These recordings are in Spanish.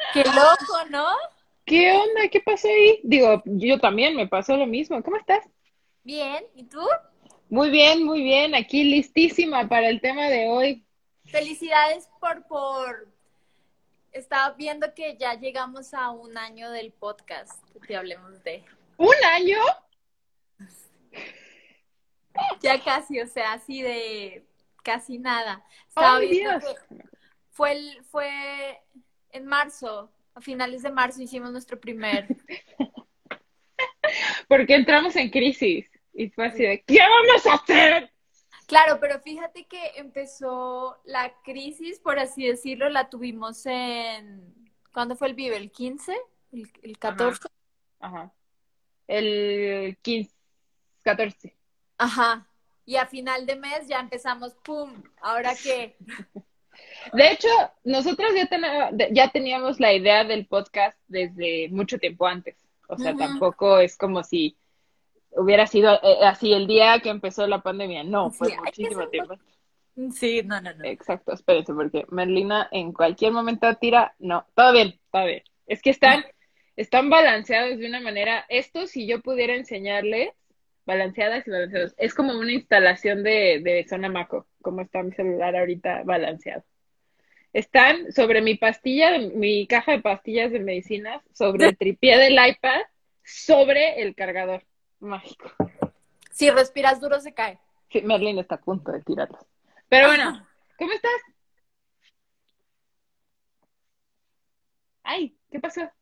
Qué loco, ¿no? ¿Qué onda? ¿Qué pasó ahí? Digo, yo también me pasó lo mismo. ¿Cómo estás? Bien, ¿y tú? Muy bien, muy bien. Aquí listísima para el tema de hoy. Felicidades por... Estaba viendo que ya llegamos a un año del podcast que hablemos de. ¿Un año? Ya casi, o sea, así de casi nada. Estaba ¡Ay, viendo Dios! que fue en marzo, a finales de marzo hicimos nuestro primer. Porque entramos en crisis. Y fue así de, ¿qué vamos a hacer? Claro, pero fíjate que empezó la crisis, por así decirlo, la tuvimos en... ¿Cuándo fue el Vive? ¿El 15? ¿El Ajá, 14? ajá. El 15, 14. Ajá. Y a final de mes ya empezamos, ¡pum! ¿Ahora qué? De hecho, nosotros ya teníamos la idea del podcast desde mucho tiempo antes. O sea, Ujú. tampoco es como si hubiera sido así el día que empezó la pandemia. No, Sí, fue hay que ser muchísimo un tiempo. poco... Sí, no, no, no. Exacto, espérense, porque Merlina en cualquier momento tira. No, todo bien, todo bien. Es que están balanceados de una manera. Esto, si yo pudiera enseñarles, balanceadas y balanceados, es como una instalación de Zona Maco, como está mi celular ahorita balanceado. Están sobre mi pastilla, mi caja de pastillas de medicinas, sobre el tripié del iPad, sobre el cargador mágico. Si respiras duro se cae. Sí, Merlin está a punto de tirarlos. Pero bueno, ¿cómo estás? Ay, ¿qué pasó?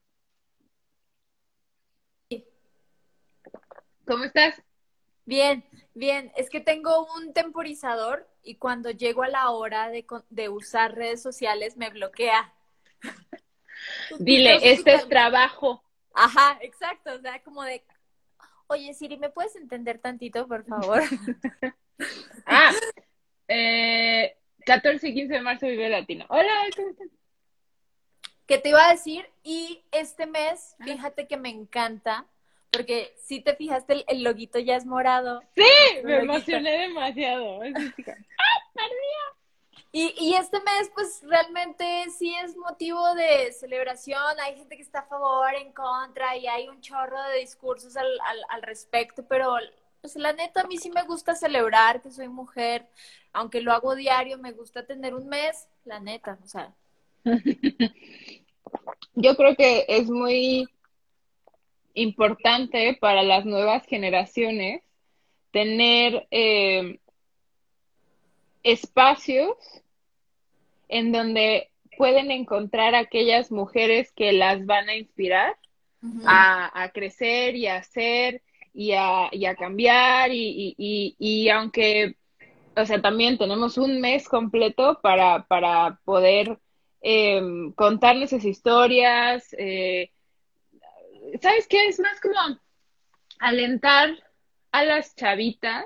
¿Cómo estás? Bien, bien. Es que tengo un temporizador y cuando llego a la hora de usar redes sociales me bloquea. Dile, este es trabajo. Ajá, exacto. O sea, como de, oye Siri, ¿me puedes entender tantito, por favor? Ah, 14 y 15 de marzo Vive Latino. Hola, ¿cómo estás? ¿Qué te iba a decir? Y este mes, Ajá. fíjate que me encanta, porque si te fijaste, el loguito ya es morado, Sí, nuestro me loguito. emocioné demasiado. Es así como, Y este mes, pues realmente sí es motivo de celebración. Hay gente que está a favor, en contra, y hay un chorro de discursos al respecto, pero pues la neta a mí sí me gusta celebrar que soy mujer, aunque lo hago diario, me gusta tener un mes, la neta, o sea. yo creo que es muy importante para las nuevas generaciones tener espacios en donde pueden encontrar aquellas mujeres que las van a inspirar Ujú. a crecer y a hacer y a cambiar y aunque, o sea, también tenemos un mes completo para poder contar nuestras historias. ¿Sabes qué? Es más como alentar a las chavitas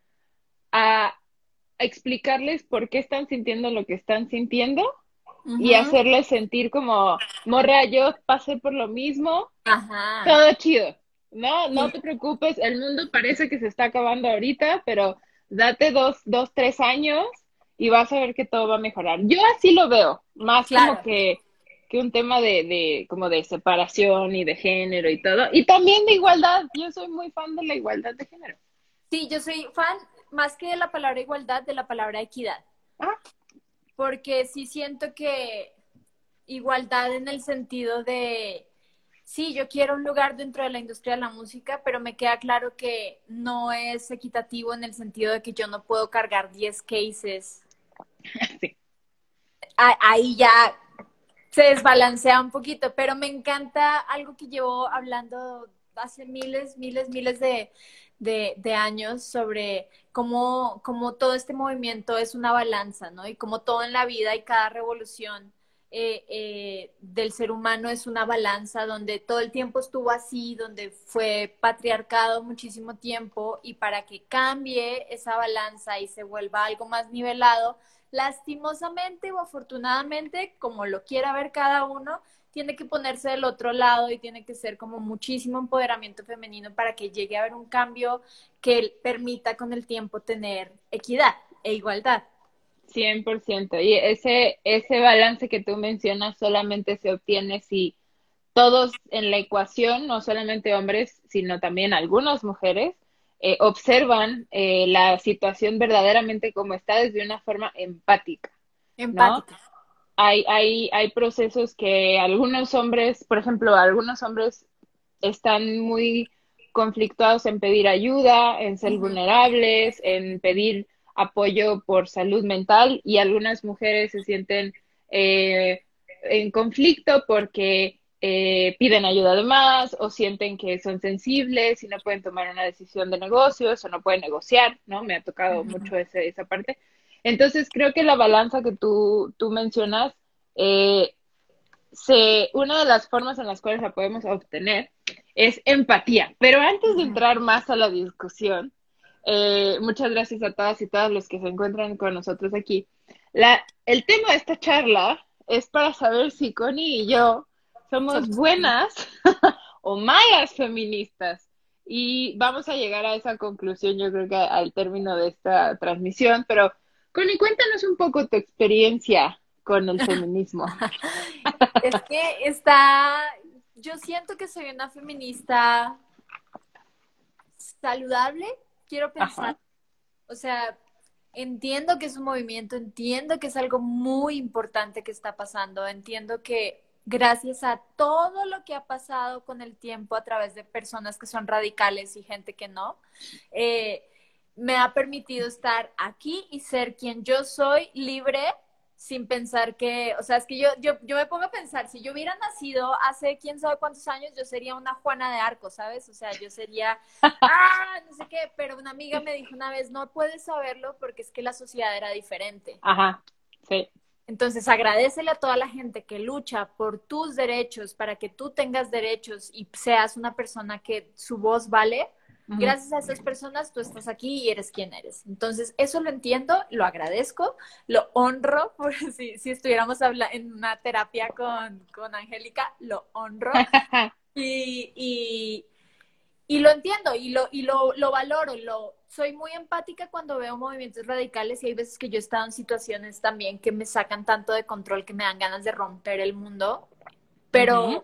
a explicarles por qué están sintiendo lo que están sintiendo y Ujú. hacerles sentir como, morra, yo pasé por lo mismo, Ajá. todo chido. No, no Sí. te preocupes, el mundo parece que se está acabando ahorita, pero date 3 años y vas a ver que todo va a mejorar. Yo así lo veo, más como Claro. que un tema como de separación y de género y todo. Y también de igualdad. Yo soy muy fan de la igualdad de género. Sí, yo soy fan más que de la palabra igualdad, de la palabra equidad, Ah, porque sí siento que igualdad en el sentido de, sí, yo quiero un lugar dentro de la industria de la música, pero me queda claro que no es equitativo en el sentido de que yo no puedo cargar 10 cases. sí. Ahí ya se desbalancea un poquito, pero me encanta algo que llevo hablando hace miles, miles, miles de años sobre cómo todo este movimiento es una balanza, ¿no? Y como todo en la vida y cada revolución del ser humano es una balanza donde todo el tiempo estuvo así, donde fue patriarcado muchísimo tiempo y para que cambie esa balanza y se vuelva algo más nivelado, lastimosamente o afortunadamente, como lo quiera ver cada uno, tiene que ponerse del otro lado y tiene que ser como muchísimo empoderamiento femenino para que llegue a haber un cambio que permita con el tiempo tener equidad e igualdad. 100%. Y ese balance que tú mencionas solamente se obtiene si todos en la ecuación, no solamente hombres, sino también algunas mujeres, observan la situación verdaderamente como está desde una forma empática, ¿no? Empática. Hay procesos que algunos hombres, por ejemplo, algunos hombres están muy conflictuados en pedir ayuda, en ser Ujú. vulnerables, en pedir apoyo por salud mental y algunas mujeres se sienten eh, en conflicto porque piden ayuda de más o sienten que son sensibles y no pueden tomar una decisión de negocios o no pueden negociar, ¿no? Me ha tocado Ujú. mucho esa parte. Entonces creo que la balanza que tú mencionas, eh, una de las formas en las cuales la podemos obtener es empatía. Pero antes de Ujú. entrar más a la discusión, muchas gracias a todas y todos los que se encuentran con nosotros aquí. El tema de esta charla es para saber si Connie y yo somos Somos buenas o malas feministas. Y vamos a llegar a esa conclusión, yo creo que al término de esta transmisión. Pero, Connie, cuéntanos un poco tu experiencia con el feminismo. Es que está, yo siento que soy una feminista saludable, quiero pensar. Ajá. O sea, entiendo que es un movimiento, entiendo que es algo muy importante que está pasando, entiendo que gracias a todo lo que ha pasado con el tiempo a través de personas que son radicales y gente que no, eh, me ha permitido estar aquí y ser quien yo soy, libre, sin pensar que, o sea, es que yo me pongo a pensar, si yo hubiera nacido hace quién sabe cuántos años, yo sería una Juana de Arco, ¿sabes? O sea, yo sería no sé qué, pero una amiga me dijo una vez, no puedes saberlo porque es que la sociedad era diferente. Ajá, sí. Entonces, agradecele a toda la gente que lucha por tus derechos, para que tú tengas derechos y seas una persona que su voz vale. Ujú. Gracias a esas personas tú estás aquí y eres quien eres. Entonces, eso lo entiendo, lo agradezco, lo honro, por si estuviéramos en una terapia con Angélica, lo honro. Y, y, y lo entiendo lo valoro, soy muy empática cuando veo movimientos radicales y hay veces que yo he estado en situaciones también que me sacan tanto de control que me dan ganas de romper el mundo, Ujú.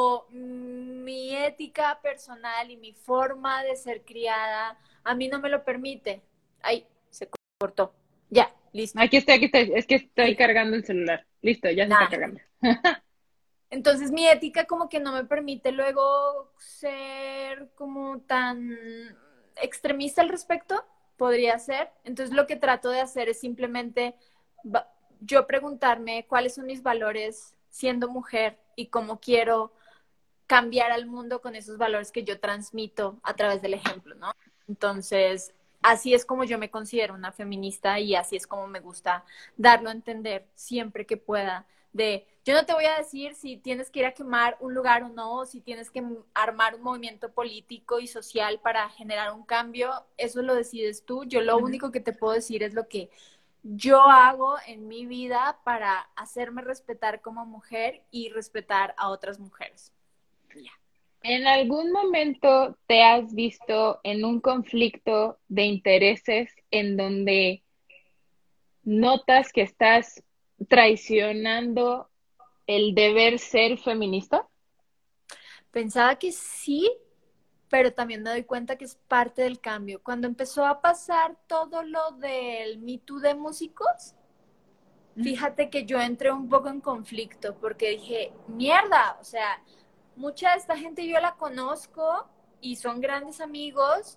pero mi ética personal y mi forma de ser criada a mí no me lo permite. Ay, se cortó. Ya, listo. Aquí estoy, aquí estoy. Es que estoy Sí, cargando el celular. Listo, ya se está nada. cargando. Entonces mi ética como que no me permite luego ser como tan extremista al respecto, podría ser. Entonces lo que trato de hacer es simplemente yo preguntarme cuáles son mis valores siendo mujer y cómo quiero cambiar al mundo con esos valores que yo transmito a través del ejemplo, ¿no? Entonces, así es como yo me considero una feminista y así es como me gusta darlo a entender siempre que pueda. Yo no te voy a decir si tienes que ir a quemar un lugar o no, o si tienes que armar un movimiento político y social para generar un cambio, eso lo decides tú. Yo lo Ujú. único que te puedo decir es lo que yo hago en mi vida para hacerme respetar como mujer y respetar a otras mujeres. Ya. ¿En algún momento te has visto en un conflicto de intereses en donde notas que estás traicionando el deber ser feminista? Pensaba que sí, pero también me doy cuenta que es parte del cambio. Cuando empezó a pasar todo lo del Me Too de músicos, fíjate que yo entré un poco en conflicto porque dije, mierda, o sea, mucha de esta gente yo la conozco y son grandes amigos,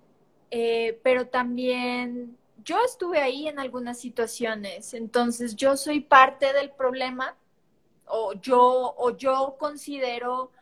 pero también yo estuve ahí en algunas situaciones, entonces yo soy parte del problema o yo considero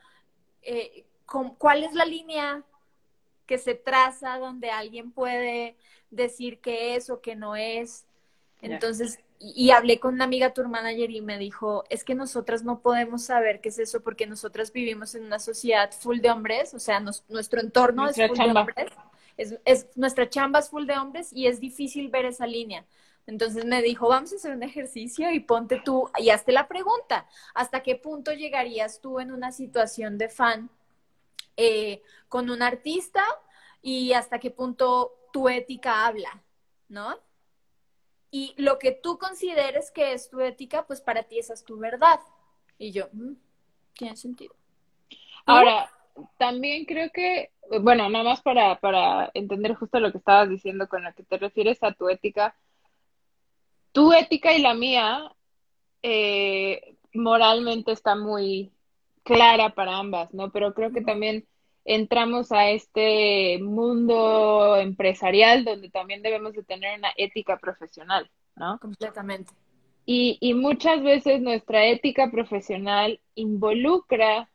cuál es la línea que se traza donde alguien puede decir que es o que no es. Ya. Entonces, y hablé con una amiga tour manager y me dijo, es que nosotras no podemos saber qué es eso porque nosotras vivimos en una sociedad full de hombres, o sea, nuestro entorno es Nuestra full de chamba. hombres, nuestra chamba es full de hombres y es difícil ver esa línea. Entonces me dijo, vamos a hacer un ejercicio y ponte tú y hazte la pregunta, ¿hasta qué punto llegarías tú en una situación de fan con un artista y hasta qué punto tu ética habla, ¿no? y lo que tú consideres que es tu ética, pues para ti esa es tu verdad. Y yo, tiene sentido. ¿Tú? Ahora, también creo que, bueno, nada más para entender justo lo que estabas diciendo con lo que te refieres a tu ética y la mía moralmente está muy clara para ambas, ¿no? Pero creo que también entramos a este mundo empresarial donde también debemos de tener una ética profesional, ¿no? Completamente. Y muchas veces nuestra ética profesional involucra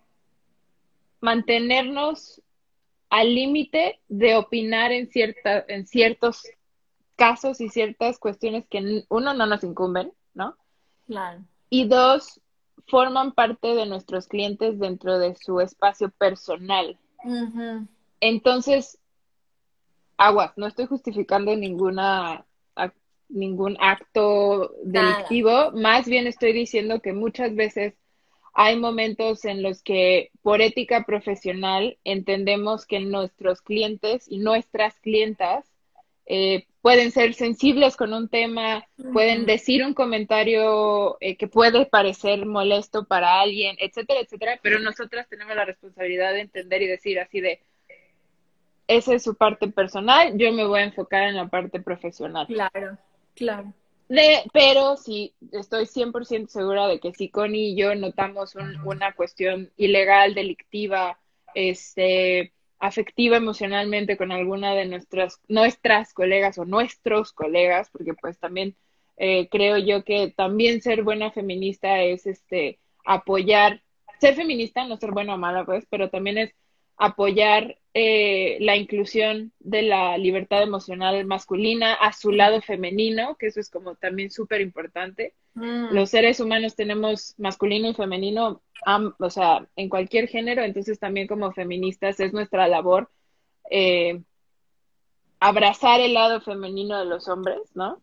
mantenernos al límite de opinar en ciertos casos y ciertas cuestiones que uno no nos incumben, ¿no? Claro. Y dos, forman parte de nuestros clientes dentro de su espacio personal. Ujú. Entonces, aguas, no estoy justificando ningún acto Nada. delictivo, más bien estoy diciendo que muchas veces hay momentos en los que por ética profesional entendemos que nuestros clientes y nuestras clientas pueden ser sensibles con un tema, pueden Ujú. decir un comentario que puede parecer molesto para alguien, etcétera, etcétera, pero nosotras tenemos la responsabilidad de entender y decir así de, esa es su parte personal, yo me voy a enfocar en la parte profesional. Claro, claro. Pero sí, estoy 100% segura de que si Connie y yo notamos una cuestión ilegal, delictiva, afectiva emocionalmente con alguna de nuestras colegas o nuestros colegas, porque pues también creo yo que también ser buena feminista es apoyar, ser feminista, no ser buena o mala pues, pero también es apoyar la inclusión de la libertad emocional masculina a su lado femenino, que eso es como también súper importante. Mm, Los seres humanos tenemos masculino y femenino, o sea, en cualquier género, entonces también como feministas es nuestra labor eh, abrazar el lado femenino de los hombres, ¿no?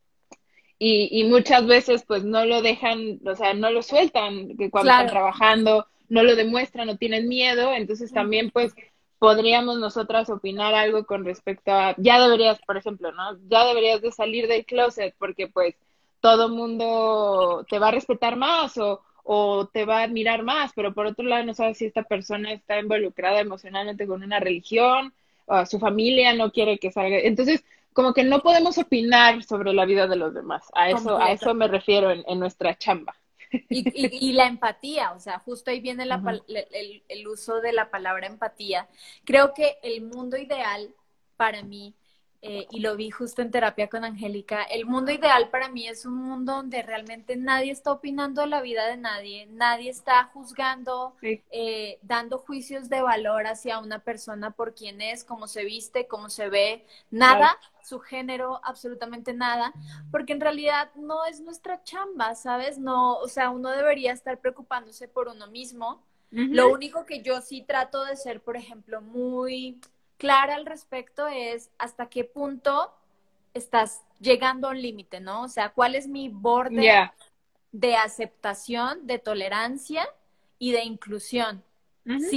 Y muchas veces pues no lo dejan, o sea, no lo sueltan, que cuando están claro. trabajando no lo demuestran, no tienen miedo, entonces también Ujú. pues podríamos nosotras opinar algo con respecto a, ya deberías, por ejemplo, ¿no? Ya deberías de salir del closet porque pues todo mundo te va a respetar más o te va a admirar más, pero por otro lado no sabes si esta persona está involucrada emocionalmente con una religión o su familia no quiere que salga. Entonces, como que no podemos opinar sobre la vida de los demás. A eso me Completamente. refiero en nuestra chamba. Y la empatía, o sea, justo ahí viene Ujú. el uso de la palabra empatía. Creo que el mundo ideal para mí, y lo vi justo en terapia con Angélica, el mundo ideal para mí es un mundo donde realmente nadie está opinando de la vida de nadie, nadie está juzgando, Sí, dando juicios de valor hacia una persona por quién es, cómo se viste, cómo se ve, claro. nada, su género, absolutamente nada, porque en realidad no es nuestra chamba, ¿sabes? No, o sea, uno debería estar preocupándose por uno mismo. Ujú. Lo único que yo sí trato de ser, por ejemplo, muy clara al respecto es hasta qué punto estás llegando a un límite, ¿no? O sea, cuál es mi borde Ya. de aceptación, de tolerancia y de inclusión, Ujú.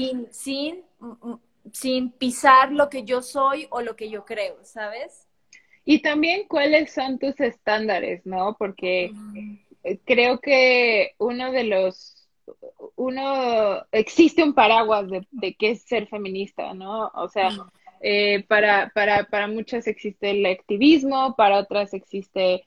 sin pisar lo que yo soy o lo que yo creo, ¿sabes? Y también cuáles son tus estándares, ¿no? Porque Mm, creo que existe un paraguas de qué es ser feminista, ¿no? O sea, mm, para muchas existe el activismo, para otras existe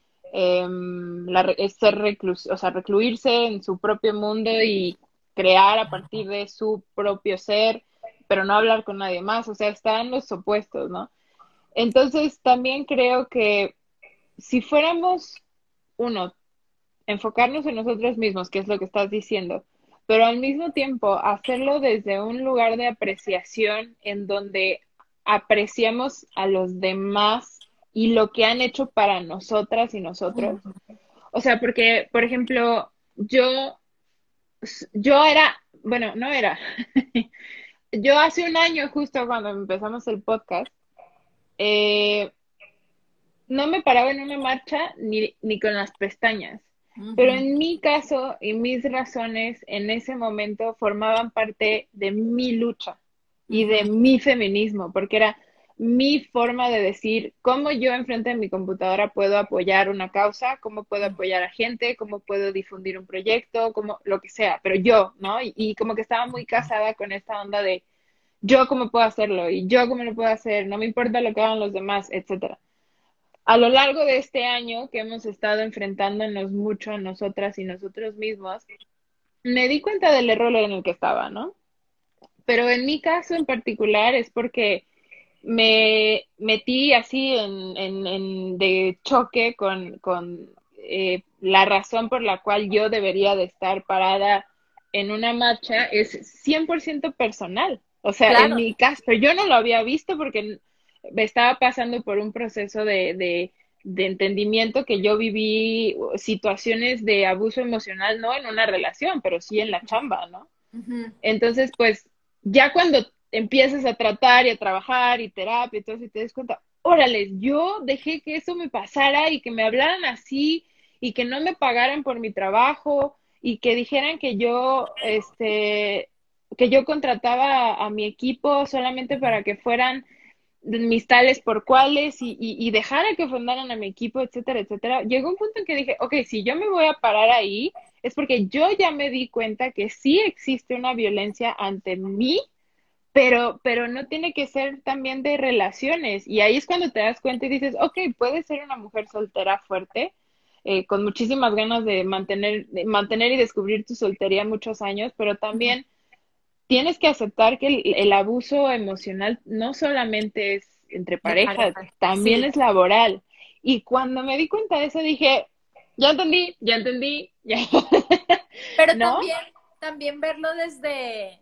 o sea, recluirse en su propio mundo y crear a partir de su propio ser, pero no hablar con nadie más, o sea, están los opuestos, ¿no? Entonces, también creo que si fuéramos uno, enfocarnos en nosotros mismos, que es lo que estás diciendo, pero al mismo tiempo hacerlo desde un lugar de apreciación en donde apreciamos a los demás y lo que han hecho para nosotras y nosotros. mm, O sea, porque, por ejemplo, yo era, bueno, no era, yo hace un año justo cuando empezamos el podcast, eh, no me paraba en una marcha ni con las pestañas. Pero ujú, en mi caso y mis razones en ese momento formaban parte de mi lucha y de ujú, mi feminismo, porque era, mi forma de decir cómo yo enfrente de mi computadora puedo apoyar una causa, cómo puedo apoyar a gente, cómo puedo difundir un proyecto, como lo que sea, pero yo, ¿no? Y como que estaba muy casada con esta onda de yo cómo puedo hacerlo y yo cómo lo puedo hacer, no me importa lo que hagan los demás, etcétera. A lo largo de este año que hemos estado enfrentándonos mucho a nosotras y nosotros mismos, me di cuenta del error en el que estaba, ¿no? Pero en mi caso en particular es porque me metí así de choque con la razón por la cual yo debería de estar parada en una marcha es 100% personal. O sea, en Claro. mi caso, pero yo no lo había visto porque me estaba pasando por un proceso de entendimiento que yo viví situaciones de abuso emocional, no en una relación, pero sí en la chamba, ¿no? Ujú. Entonces, pues, ya cuando empiezas a tratar y a trabajar y terapia y todo eso, y te das cuenta, órale, yo dejé que eso me pasara y que me hablaran así y que no me pagaran por mi trabajo y que dijeran que yo contrataba a mi equipo solamente para que fueran mis tales por cuales y dejara que fundaran a mi equipo, etcétera, etcétera. Llegó un punto en que dije, ok, si yo me voy a parar ahí, es porque yo ya me di cuenta que sí existe una violencia ante mí, pero no tiene que ser también de relaciones. Y ahí es cuando te das cuenta y dices, ok, puedes ser una mujer soltera fuerte, con muchísimas ganas de mantener y descubrir tu soltería muchos años, pero Ujú. también tienes que aceptar que el abuso emocional no solamente es entre De parejas, pareja. también Sí, es laboral. Y cuando me di cuenta de eso dije, ya entendí, ya. pero ¿No? también verlo desde,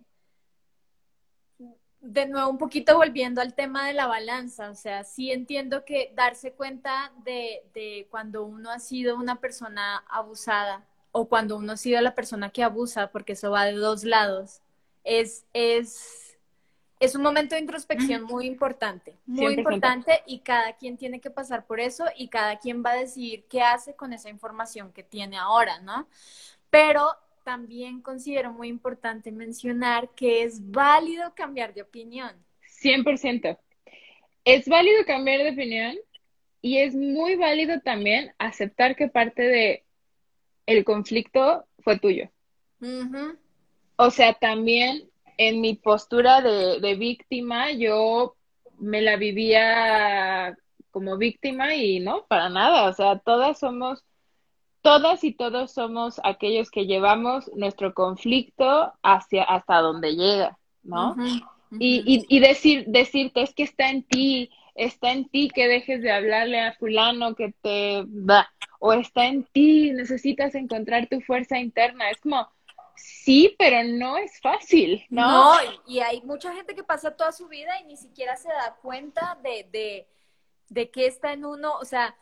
de nuevo, un poquito volviendo al tema de la balanza, o sea, sí entiendo que darse cuenta de cuando uno ha sido una persona abusada o cuando uno ha sido la persona que abusa, porque eso va de dos lados, es, es, es un momento de Ujú, introspección muy 100%. importante y cada quien tiene que pasar por eso y cada quien va a decidir qué hace con esa información que tiene ahora, ¿no? Pero también considero muy importante mencionar que es válido cambiar de opinión. 100%. Es válido cambiar de opinión y es muy válido también aceptar que parte de el conflicto fue tuyo. Ujú. O sea, también en mi postura de víctima, yo me la vivía como víctima y no, para nada. O sea, todas y todos somos aquellos que llevamos nuestro conflicto hasta donde llega, ¿no? Ujú. Y, Ujú. decirte, es que está en ti que dejes de hablarle a fulano que te da, o está en ti, necesitas encontrar tu fuerza interna. Es como, sí, pero no es fácil, ¿no? No, y hay mucha gente que pasa toda su vida y ni siquiera se da cuenta de qué está en uno. O sea,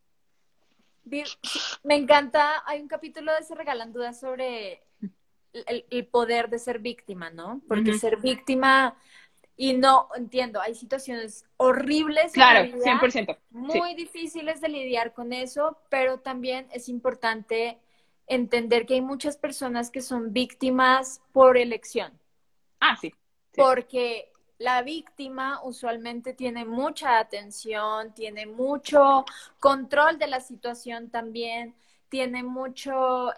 sí, me encanta, hay un capítulo de Se Regalan Dudas sobre el poder de ser víctima, ¿no? Porque Ujú. ser víctima. Y no, entiendo, hay situaciones horribles en la Claro, cien vida, por ciento sí. muy difíciles de lidiar con eso, pero también es importante entender que hay muchas personas que son víctimas por elección, Ah, sí, sí, porque la víctima usualmente tiene mucha atención, tiene mucho control de la situación también, tiene mucho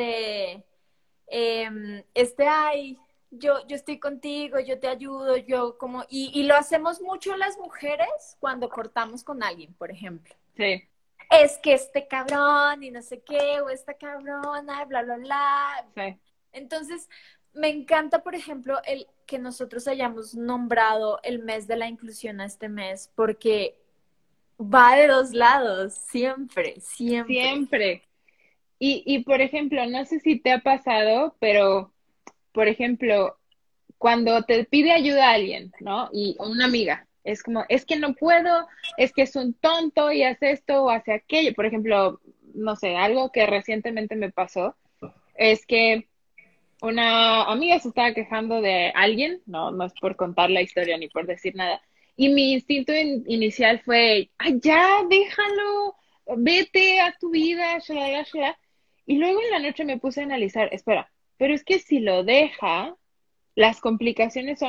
ay, yo estoy contigo, yo te ayudo, yo como, y lo hacemos mucho las mujeres cuando cortamos con alguien, por ejemplo. sí, Es que este cabrón y no sé qué, o esta cabrona, bla, bla, bla. sí. Entonces, me encanta, por ejemplo, el que nosotros hayamos nombrado el mes de la inclusión a este mes, porque va de dos lados, siempre, siempre. Siempre. Por ejemplo, no sé si te ha pasado, pero, por ejemplo, cuando te pide ayuda a alguien, ¿no? Y o una amiga, es como, es que no puedo, es que es un tonto y hace esto o hace aquello. Por ejemplo, no sé, algo que recientemente me pasó es que una amiga se estaba quejando de alguien, no, no es por contar la historia ni por decir nada, y mi instinto inicial fue, ay, ya, déjalo, vete a tu vida, shalala, shalala. Y luego en la noche me puse a analizar, espera, pero es que si lo deja, las complicaciones son,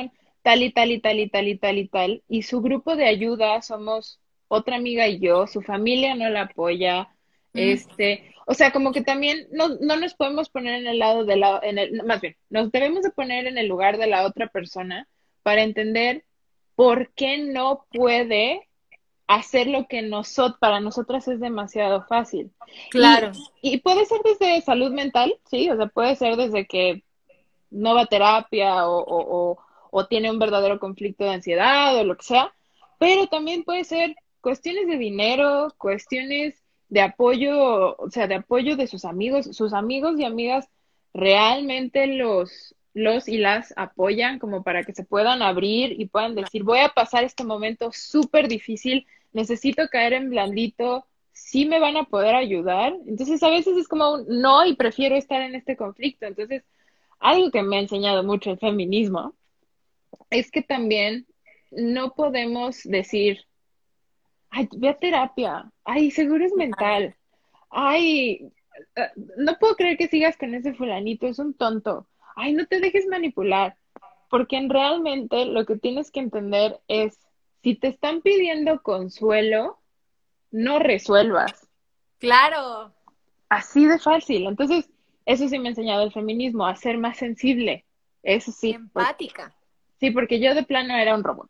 tal y tal y tal y tal y tal y tal, y su grupo de ayuda somos otra amiga y yo, su familia no la apoya, Mm, o sea, como que también no nos podemos poner en el lado de la, en el, más bien, nos debemos de poner en el lugar de la otra persona para entender por qué no puede hacer lo que para nosotras es demasiado fácil. Y, claro, y puede ser desde salud mental, sí, o sea, puede ser desde que no va a terapia o tiene un verdadero conflicto de ansiedad o lo que sea, pero también puede ser cuestiones de dinero, cuestiones de apoyo, o sea, de apoyo de sus amigos y amigas realmente los y las apoyan como para que se puedan abrir y puedan decir, voy a pasar este momento súper difícil, necesito caer en blandito, sí me van a poder ayudar. Entonces a veces es como un no y prefiero estar en este conflicto. Entonces algo que me ha enseñado mucho el feminismo es que también no podemos decir, ay, ve a terapia, ay, seguro es claro. mental, ay, no puedo creer que sigas con ese fulanito, es un tonto, ay, no te dejes manipular, porque realmente lo que tienes que entender es, si te están pidiendo consuelo, no resuelvas, Claro, así de fácil. Entonces, eso sí me ha enseñado el feminismo, a ser más sensible, eso sí, porque empática. sí, porque yo de plano era un robot.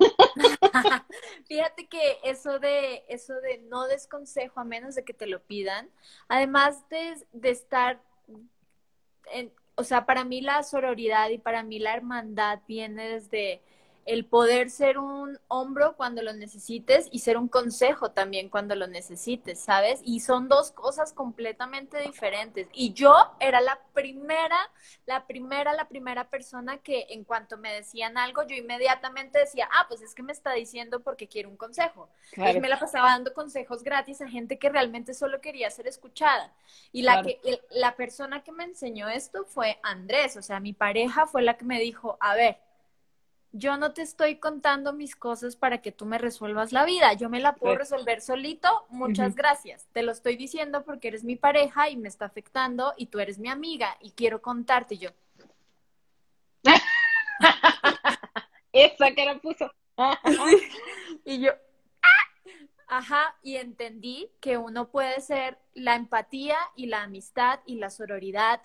Fíjate que eso de no des consejo a menos de que te lo pidan, además de estar o sea, para mí la sororidad y para mí la hermandad viene desde el poder ser un hombro cuando lo necesites y ser un consejo también cuando lo necesites, ¿sabes? Y son dos cosas completamente diferentes. Y yo era la primera persona que en cuanto me decían algo, yo inmediatamente decía, ah, pues es que me está diciendo porque quiere un consejo. Entonces Claro, me la pasaba dando consejos gratis a gente que realmente solo quería ser escuchada. Y claro. la persona que me enseñó esto fue Andrés, o sea, mi pareja fue la que me dijo, a ver, yo no te estoy contando mis cosas para que tú me resuelvas la vida, yo me la puedo Re- resolver solito, Ujú. muchas gracias. Te lo estoy diciendo porque eres mi pareja y me está afectando y tú eres mi amiga y quiero contarte y yo. Esa cara puso. Y yo, ajá, y entendí que uno puede ser la empatía y la amistad y la sororidad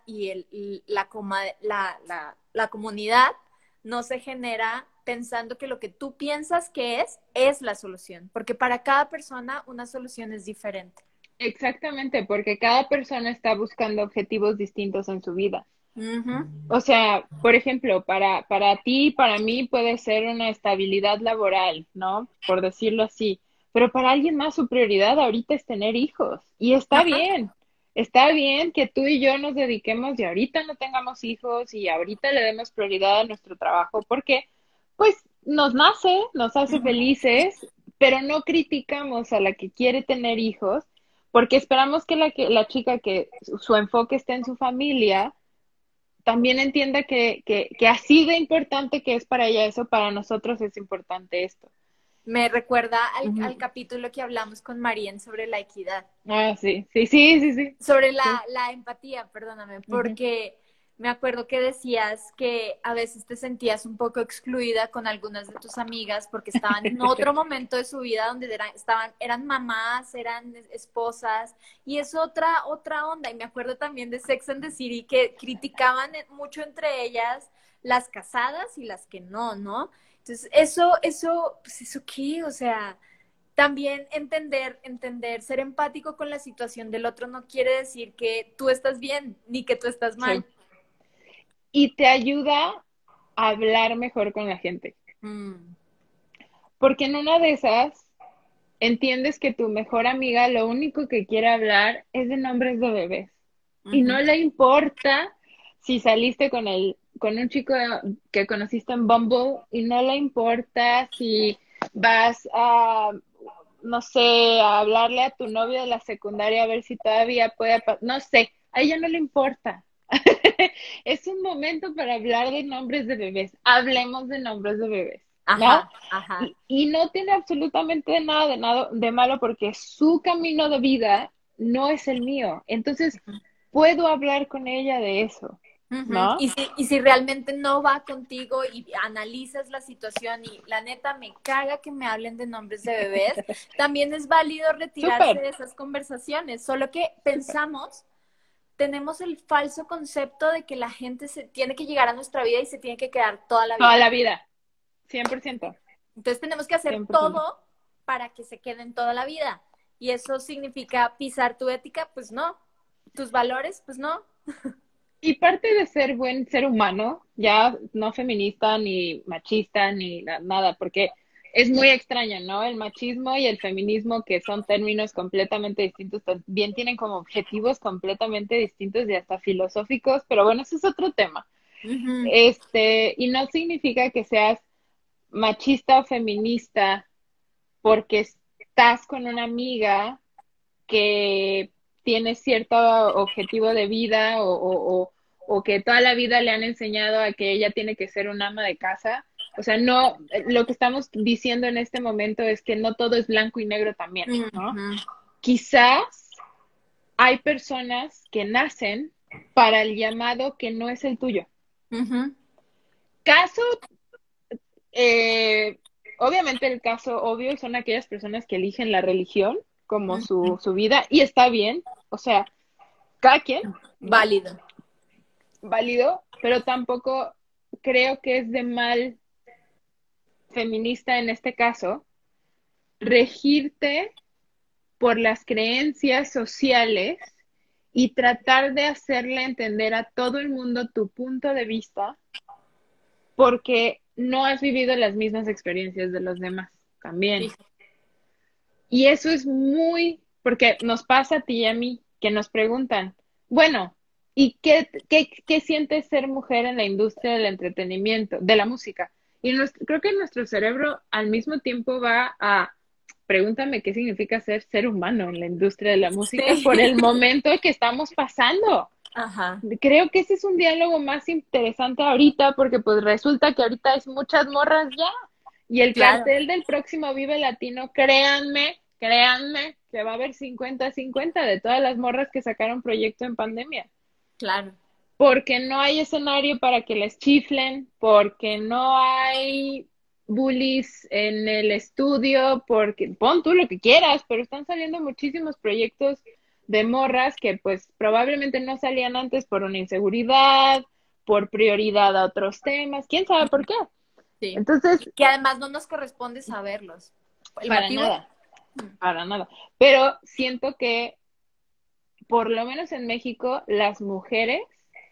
y la comunidad no se genera pensando que lo que tú piensas que es la solución, porque para cada persona una solución es diferente. Exactamente, porque cada persona está buscando objetivos distintos en su vida. Ujú. O sea, por ejemplo, para ti, para mí puede ser una estabilidad laboral, ¿no? Por decirlo así. Pero para alguien más su prioridad ahorita es tener hijos. Y está Ajá. bien. Está bien que tú y yo nos dediquemos y ahorita no tengamos hijos y ahorita le demos prioridad a nuestro trabajo porque, pues, nos nace, nos hace Ujú. felices, pero no criticamos a la que quiere tener hijos porque esperamos que la chica que su enfoque esté en su familia también entienda que así de importante que es para ella eso, para nosotros es importante esto. Me recuerda al Ujú. capítulo que hablamos con Marien sobre la equidad. Ah, sí, sí, sí, sí, sí. Sobre Sí. la empatía, perdóname, Ujú. porque me acuerdo que decías que a veces te sentías un poco excluida con algunas de tus amigas porque estaban en otro momento de su vida donde eran mamás, eran esposas, y es otra onda. Y me acuerdo también de Sex and the City que criticaban mucho entre ellas las casadas y las que no, ¿no? Entonces, pues eso qué, o sea, también entender, ser empático con la situación del otro no quiere decir que tú estás bien ni que tú estás mal. Sí. Y te ayuda a hablar mejor con la gente, Mm, porque en una de esas entiendes que tu mejor amiga lo único que quiere hablar es de nombres de bebés y no ujú. le importa si saliste con un chico que conociste en Bumble y no le importa si vas a, no sé, a hablarle a tu novio de la secundaria a ver si todavía puede, no sé, a ella no le importa. Es un momento para hablar de nombres de bebés. Hablemos de nombres de bebés, ¿no? Ajá, ajá. Y no tiene absolutamente nada de malo porque su camino de vida no es el mío. Entonces, puedo hablar con ella de eso. Ujú. ¿no? Y si realmente no va contigo y analizas la situación y la neta me caga que me hablen de nombres de bebés, también es válido retirarse Súper, de esas conversaciones, solo que súper. pensamos, tenemos el falso concepto de que la gente se tiene que llegar a nuestra vida y se tiene que quedar toda la Toda vida. la vida, 100%, Entonces tenemos que hacer 100%. todo para que se queden toda la vida. Y eso significa pisar tu ética, pues no. Tus valores, pues no. Y parte de ser buen ser humano, ya no feminista ni machista ni nada, porque es muy extraño, ¿no? El machismo y el feminismo, que son términos completamente distintos, también tienen como objetivos completamente distintos y hasta filosóficos, pero bueno, ese es otro tema. Ujú. Y no significa que seas machista o feminista porque estás con una amiga que tiene cierto objetivo de vida o que toda la vida le han enseñado a que ella tiene que ser un ama de casa. O sea, no, lo que estamos diciendo en este momento es que no todo es blanco y negro también, ¿no? Ujú. Quizás hay personas que nacen para el llamado que no es el tuyo. Ujú. Caso, eh, obviamente el caso obvio son aquellas personas que eligen la religión como Ujú. su vida y está bien, o sea, cada quien, ¿no? Válido. Válido, pero tampoco creo que es de mal feminista en este caso regirte por las creencias sociales y tratar de hacerle entender a todo el mundo tu punto de vista porque no has vivido las mismas experiencias de los demás también. Fíjate. Y eso es muy, porque nos pasa a ti y a mí, que nos preguntan, bueno, ¿y qué sientes ser mujer en la industria del entretenimiento, de la música? Y creo que nuestro cerebro al mismo tiempo va a, pregúntame qué significa ser humano en la industria de la música por el Sí. momento que estamos pasando. Ajá. Creo que ese es un diálogo más interesante ahorita, porque pues resulta que ahorita hay muchas morras ya. Y el Claro, cartel del próximo Vive Latino, créanme, que va a haber 50-50 de todas las morras que sacaron proyecto en pandemia. claro. Porque no hay escenario para que les chiflen, porque no hay bullies en el estudio, porque pon tú lo que quieras, pero están saliendo muchísimos proyectos de morras que pues probablemente no salían antes por una inseguridad, por prioridad a otros temas, quién sabe por qué. Sí. Y Entonces, que además no nos corresponde saberlos. ¿El para motivo? nada, para nada. Pero siento que, por lo menos en México, las mujeres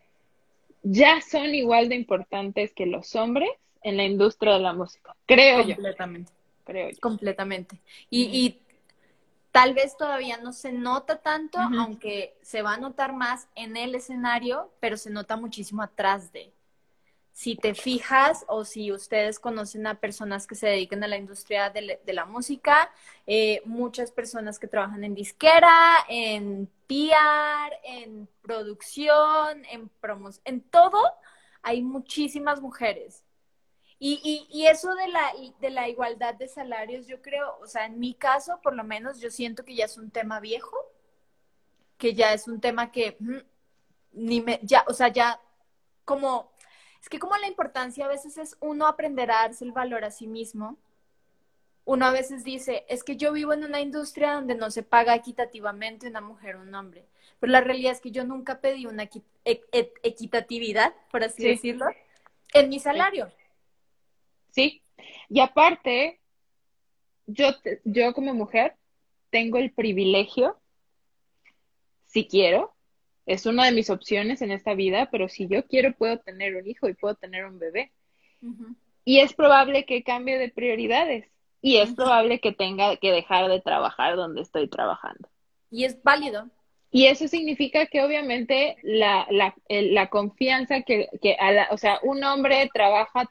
ya son igual de importantes que los hombres en la industria de la música. Completamente, Creo yo. completamente. Ujú, Y tal vez todavía no se nota tanto, ujú. aunque se va a notar más en el escenario, pero se nota muchísimo atrás de. Si te fijas o si ustedes conocen a personas que se dedican a la industria de la música, muchas personas que trabajan en disquera, en PR, en producción, en promos, en todo, hay muchísimas mujeres. Y eso de la igualdad de salarios, yo creo, o sea, en mi caso, por lo menos, yo siento que ya es un tema viejo, que ya es un tema que ni me, ya, o sea, ya como, es que como la importancia a veces es uno aprender a darse el valor a sí mismo, uno a veces dice, es que yo vivo en una industria donde no se paga equitativamente una mujer o un hombre, pero la realidad es que yo nunca pedí una equitatividad, por así Sí, decirlo, en mi sí, salario. sí. Y aparte, yo como mujer tengo el privilegio, si quiero, es una de mis opciones en esta vida, pero si yo quiero puedo tener un hijo y puedo tener un bebé. Uh -huh, Y es probable que cambie de prioridades. Y uh es -huh. probable que tenga que dejar de trabajar donde estoy trabajando. Y es válido. Y eso significa que obviamente la confianza o sea, un hombre trabaja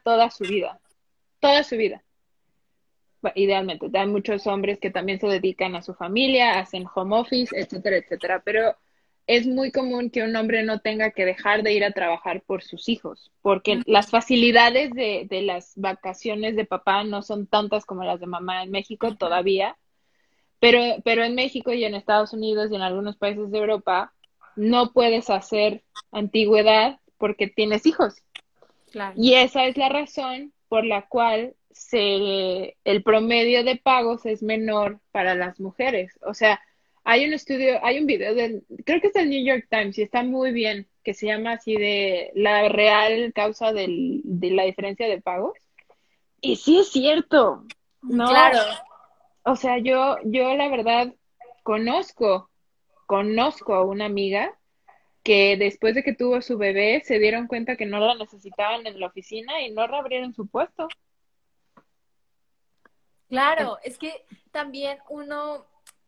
toda su vida. Idealmente, hay muchos hombres que también se dedican a su familia, hacen home office, etcétera, etcétera, pero es muy común que un hombre no tenga que dejar de ir a trabajar por sus hijos, porque Uh -huh. las facilidades de las vacaciones de papá no son tantas como las de mamá en México Uh -huh. todavía, pero en México y en Estados Unidos y en algunos países de Europa no puedes hacer antigüedad porque tienes hijos. Claro. Y esa es la razón por la cual el promedio de pagos es menor para las mujeres. O sea, hay un estudio, hay un video creo que es del New York Times y está muy bien, que se llama así de la real causa de la diferencia de pagos. Y sí es cierto, no, Claro, o sea, yo la verdad conozco, conozco a una amiga que después de que tuvo su bebé se dieron cuenta que no la necesitaban en la oficina y no reabrieron su puesto. claro, es que también uno,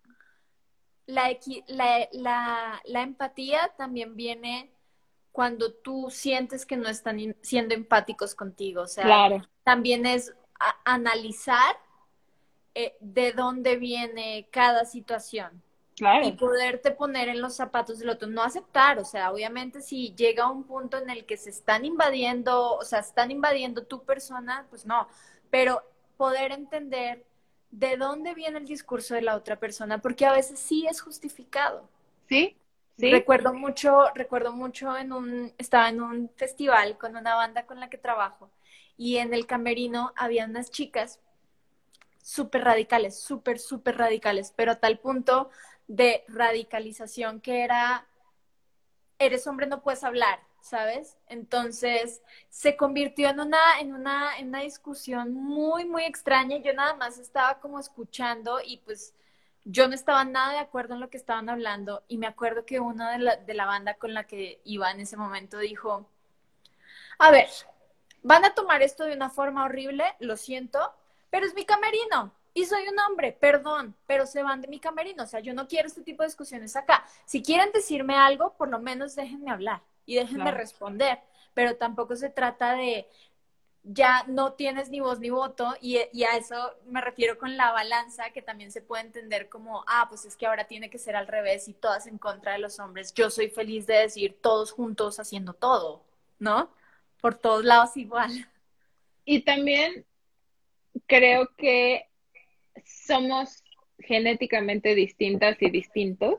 la empatía también viene cuando tú sientes que no están siendo empáticos contigo, o sea, Claro, también es analizar de dónde viene cada situación y claro, poderte poner en los zapatos del otro, no aceptar, o sea, obviamente si llega un punto en el que se están invadiendo, o sea, están invadiendo tu persona, pues no, pero poder entender de dónde viene el discurso de la otra persona, porque a veces sí es justificado. sí, sí, Recuerdo mucho estaba en un festival con una banda con la que trabajo y en el camerino había unas chicas súper radicales, súper radicales, pero a tal punto de radicalización que era, eres hombre, no puedes hablar, ¿sabes? Entonces se convirtió en una discusión muy extraña y yo nada más estaba como escuchando y pues yo no estaba nada de acuerdo en lo que estaban hablando y me acuerdo que uno de la banda con la que iba en ese momento dijo, a ver, van a tomar esto de una forma horrible, lo siento, pero es mi camerino y soy un hombre, perdón, pero se van de mi camerino. O sea, yo no quiero este tipo de discusiones acá. Si quieren decirme algo, por lo menos déjenme hablar y déjenme claro. responder, pero tampoco se trata de ya no tienes ni voz ni voto y a eso me refiero con la balanza que también se puede entender como, ah, pues es que ahora tiene que ser al revés y todas en contra de los hombres. Yo soy feliz de decir todos juntos haciendo todo, ¿no? Por todos lados igual. Y también creo que somos genéticamente distintas y distintos.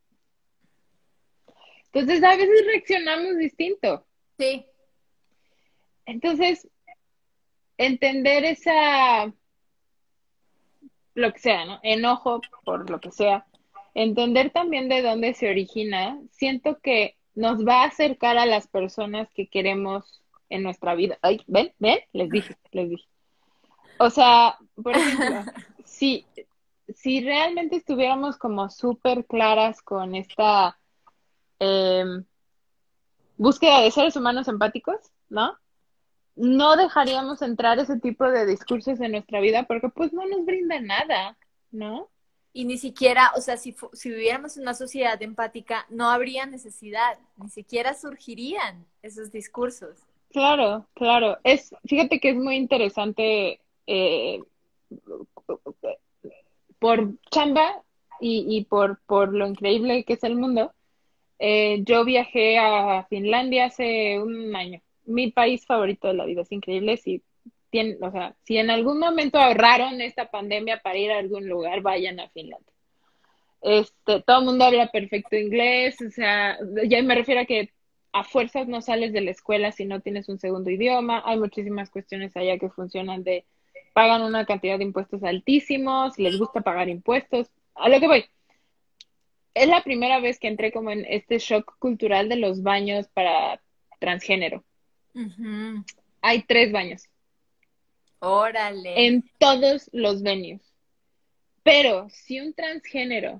Entonces, a veces reaccionamos distinto. Sí, Entonces, entender esa, lo que sea, ¿no? Enojo por lo que sea. Entender también de dónde se origina, siento que nos va a acercar a las personas que queremos en nuestra vida. Ay, ven, ven, les dije, les dije. O sea, por ejemplo, si realmente estuviéramos como súper claras con esta em, búsqueda de seres humanos empáticos, ¿no? No dejaríamos entrar ese tipo de discursos en nuestra vida porque pues no nos brinda nada, ¿no? y ni siquiera, o sea, si viviéramos en una sociedad empática, no habría necesidad, ni siquiera surgirían esos discursos. Claro, claro. Fíjate que es muy interesante por chamba y por lo increíble que es el mundo. Yo viajé a Finlandia hace un año. Mi país favorito de la vida, es increíble. O sea, si en algún momento ahorraron esta pandemia para ir a algún lugar, vayan a Finlandia. Todo el mundo habla perfecto inglés, o sea, ya me refiero a que a fuerzas no sales de la escuela si no tienes un segundo idioma. Hay muchísimas cuestiones allá que funcionan pagan una cantidad de impuestos altísimos, les gusta pagar impuestos. A lo que voy, es la primera vez que entré como en este shock cultural de los baños para transgénero. Ujú. Hay 3 baños Órale, en todos los venues. Pero si un transgénero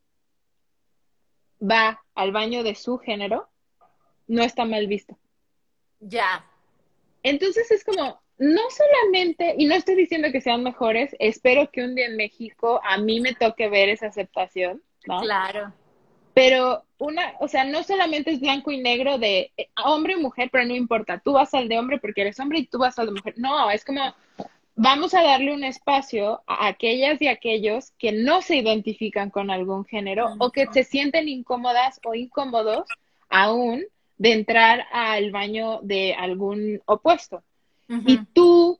va al baño de su género, no está mal visto. ya, Entonces es como, no solamente, y no estoy diciendo que sean mejores, espero que un día en México a mí me toque ver esa aceptación, ¿no? claro. Pero o sea, no solamente es blanco y negro de hombre y mujer, pero no importa, tú vas al de hombre porque eres hombre y tú vas al de mujer. No, es como, vamos a darle un espacio a aquellas y aquellos que no se identifican con algún género o que se sienten incómodas o incómodos aún de entrar al baño de algún opuesto. Ujú. Y tú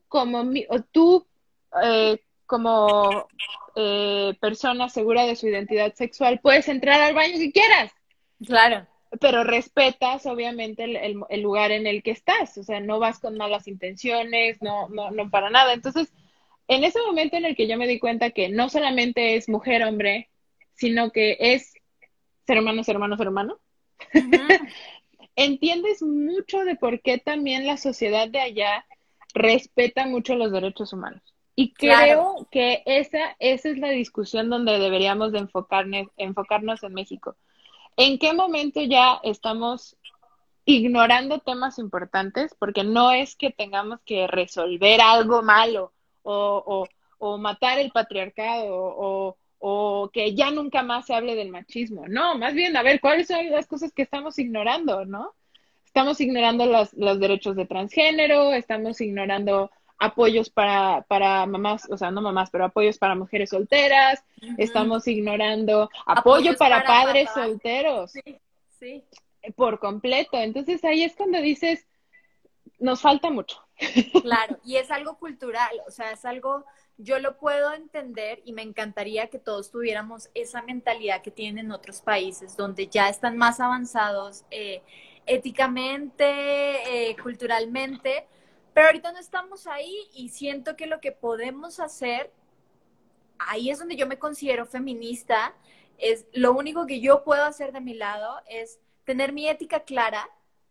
como persona segura de su identidad sexual puedes entrar al baño que quieras. Claro. pero respetas obviamente el lugar en el que estás, o sea, no vas con malas intenciones, no para nada. Entonces, en ese momento en el que yo me di cuenta que no solamente es mujer, hombre, sino que es ser humano, ser humano, ser humano, Ujú. entiendes mucho de por qué también la sociedad de allá respeta mucho los derechos humanos. Y Claro, creo que esa es la discusión donde deberíamos de enfocarnos en México. ¿En qué momento ya estamos ignorando temas importantes? Porque no es que tengamos que resolver algo malo o matar el patriarcado o que ya nunca más se hable del machismo. No, más bien, a ver, ¿cuáles son las cosas que estamos ignorando, no? Estamos ignorando los derechos de transgénero, estamos ignorando apoyos para mamás, o sea, no mamás, pero apoyos para mujeres solteras, ujú. estamos ignorando apoyo Apoyos para para padres papás. solteros Sí, sí. por completo. Entonces ahí es cuando dices, nos falta mucho. Claro, y es algo cultural, o sea, es algo, yo lo puedo entender y me encantaría que todos tuviéramos esa mentalidad que tienen en otros países, donde ya están más avanzados éticamente, culturalmente, pero ahorita no estamos ahí y siento que lo que podemos hacer, ahí es donde yo me considero feminista, es lo único que yo puedo hacer de mi lado es tener mi ética clara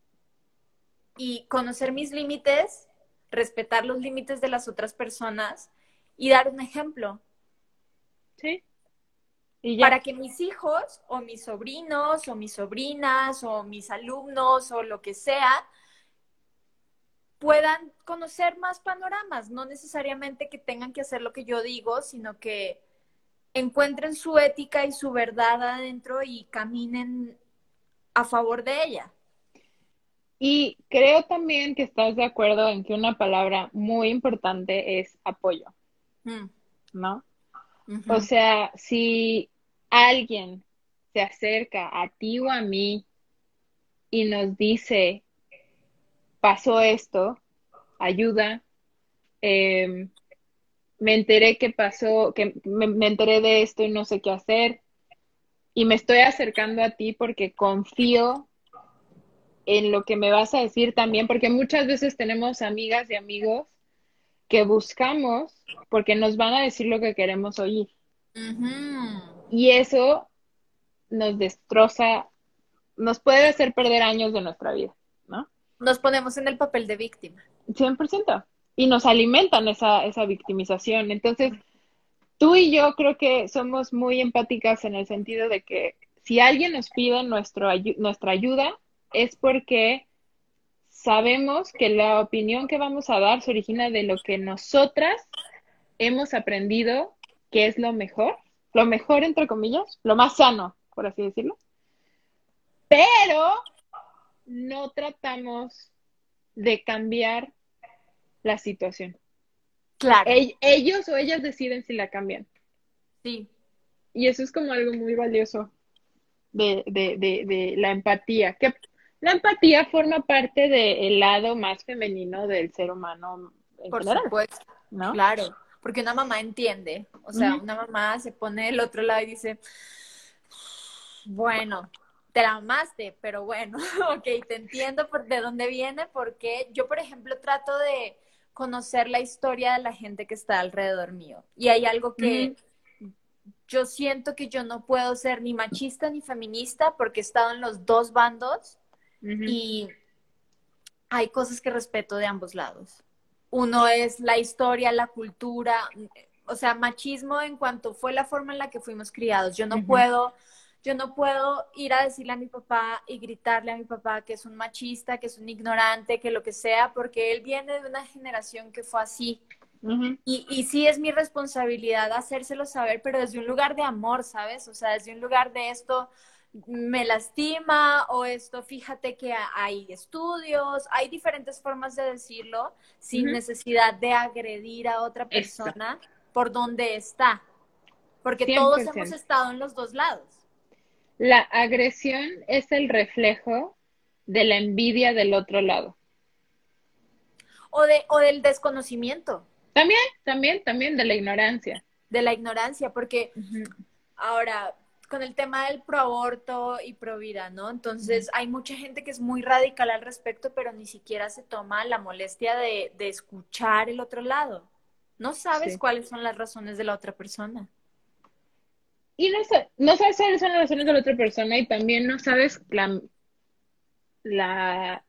y conocer mis límites, respetar los límites de las otras personas y dar un ejemplo Sí, y ya. para que mis hijos o mis sobrinos o mis sobrinas o mis alumnos o lo que sea puedan conocer más panoramas, no necesariamente que tengan que hacer lo que yo digo, sino que encuentren su ética y su verdad adentro y caminen a favor de ella. Y creo también que estás de acuerdo en que una palabra muy importante es apoyo, Mm, ¿no? O ujú. sea, si alguien se acerca a ti o a mí y nos dice, pasó esto, ayuda, eh, me enteré que pasó, que me enteré de esto y no sé qué hacer, y me estoy acercando a ti porque confío en lo que me vas a decir también, porque muchas veces tenemos amigas y amigos que buscamos porque nos van a decir lo que queremos oír. Ujú. Y eso nos destroza, nos puede hacer perder años de nuestra vida, ¿no? Nos ponemos en el papel de víctima. 100%. Y nos alimentan esa victimización. Entonces, tú y yo creo que somos muy empáticas en el sentido de que si alguien nos pide nuestra ayuda, es porque sabemos que la opinión que vamos a dar se origina de lo que nosotras hemos aprendido que es lo mejor entre comillas, lo más sano, por así decirlo, pero no tratamos de cambiar la situación. Claro, Ellos o ellas deciden si la cambian. sí. Y eso es como algo muy valioso de la empatía, que la empatía forma parte del lado más femenino del ser humano en Por general, supuesto, ¿no? claro, porque una mamá entiende, o sea, Ujú. una mamá se pone del otro lado y dice, bueno, te la mamaste, pero bueno, ok, te entiendo por de dónde viene, porque yo, por ejemplo, trato de conocer la historia de la gente que está alrededor mío. Y hay algo Ujú, que yo siento que yo no puedo ser ni machista ni feminista porque he estado en los dos bandos ujú. y hay cosas que respeto de ambos lados. Uno es la historia, la cultura, o sea, machismo en cuanto fue la forma en la que fuimos criados. Ujú. Yo no puedo ir a decirle a mi papá y gritarle a mi papá que es un machista, que es un ignorante, que lo que sea, porque él viene de una generación que fue así. Ujú. Y sí es mi responsabilidad hacérselo saber, pero desde un lugar de amor, ¿sabes? O sea, desde un lugar de esto me lastima o esto, fíjate que hay estudios, hay diferentes formas de decirlo sin Ujú. necesidad de agredir a otra Esto, persona por donde está, porque cien todos por hemos ciento. estado en los dos lados. La agresión es el reflejo de la envidia del otro lado. O del desconocimiento, También de la ignorancia. de la ignorancia, porque Ujú. ahora, con el tema del proaborto y pro vida, ¿no? Entonces, hay mucha gente que es muy radical al respecto, pero ni siquiera se toma la molestia de escuchar el otro lado. No sabes Sí. cuáles son las razones de la otra persona. Y no sabes cuáles son las razones de la otra persona y también no sabes la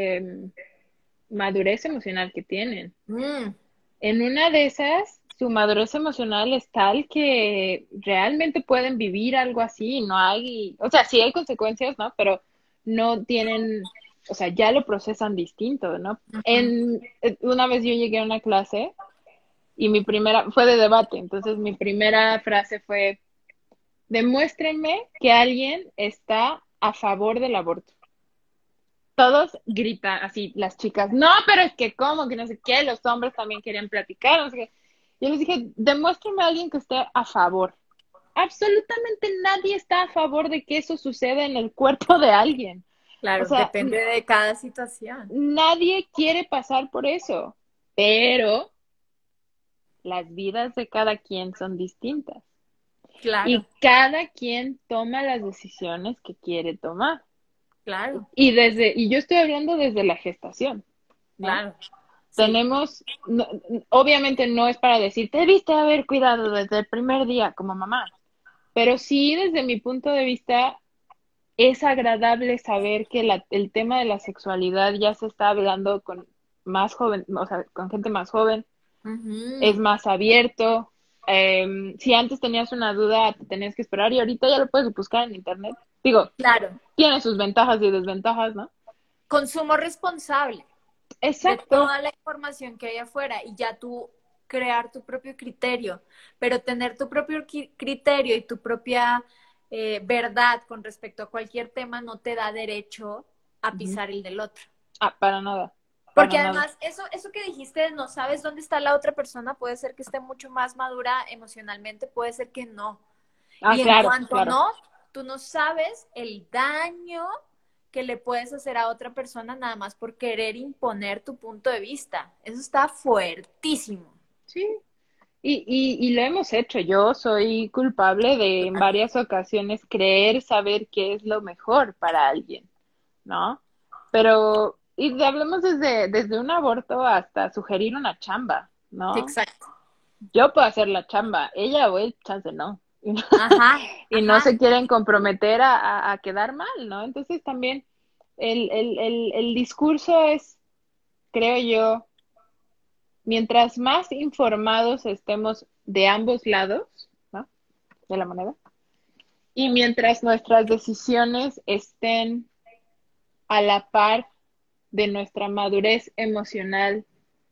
madurez emocional que tienen. Mm, En una de esas, su madurez emocional es tal que realmente pueden vivir algo así, y no hay, o sea, sí hay consecuencias, ¿no? Pero no tienen, o sea, ya lo procesan distinto, ¿no? ujú. Una vez yo llegué a una clase y mi primera, fue de debate, entonces mi primera frase fue, demuéstrenme que alguien está a favor del aborto. Todos gritan así, las chicas, no, pero es que cómo, que no sé qué, los hombres también querían platicar, no sé qué. Yo les dije, demuéstrenme a alguien que esté a favor. Absolutamente nadie está a favor de que eso suceda en el cuerpo de alguien. O Claro, sea, depende de cada situación. nadie quiere pasar por eso, pero las vidas de cada quien son distintas Claro, y cada quien toma las decisiones que quiere tomar. claro, Y yo estoy hablando desde la gestación, ¿no? claro. Sí, Tenemos, obviamente no es para decir, te debiste haber cuidado desde el primer día como mamá, pero sí desde mi punto de vista es agradable saber que el tema de la sexualidad ya se está hablando con más joven, o sea, con gente más joven, es ujú, más abierto. Si antes tenías una duda, te tenías que esperar y ahorita ya lo puedes buscar en internet. Digo, claro. tiene sus ventajas y desventajas, ¿no? Consumo responsable de Exacto. toda la información que hay afuera y ya tú crear tu propio criterio, pero tener tu propio criterio y tu propia verdad con respecto a cualquier tema no te da derecho a Ujú. pisar el del otro. Ah, para nada, Porque para nada. además, eso que dijiste, no sabes dónde está la otra persona, puede ser que esté mucho más madura emocionalmente, puede ser que no. Ah, Y en claro, cuanto claro. no, tú no sabes el daño que le puedes hacer a otra persona nada más por querer imponer tu punto de vista. Eso está fuertísimo. Sí. Y lo hemos hecho. Yo soy culpable de en varias ocasiones creer saber qué es lo mejor para alguien, ¿no? Pero, hablemos desde un aborto hasta sugerir una chamba, ¿no? Exacto. Yo puedo hacer la chamba, ella o él, chance no. Ajá, Y no ajá. se quieren comprometer a quedar mal, ¿no? Entonces también el discurso es, creo yo, mientras más informados estemos de ambos lados, ¿no? De la moneda, y mientras nuestras decisiones estén a la par de nuestra madurez emocional,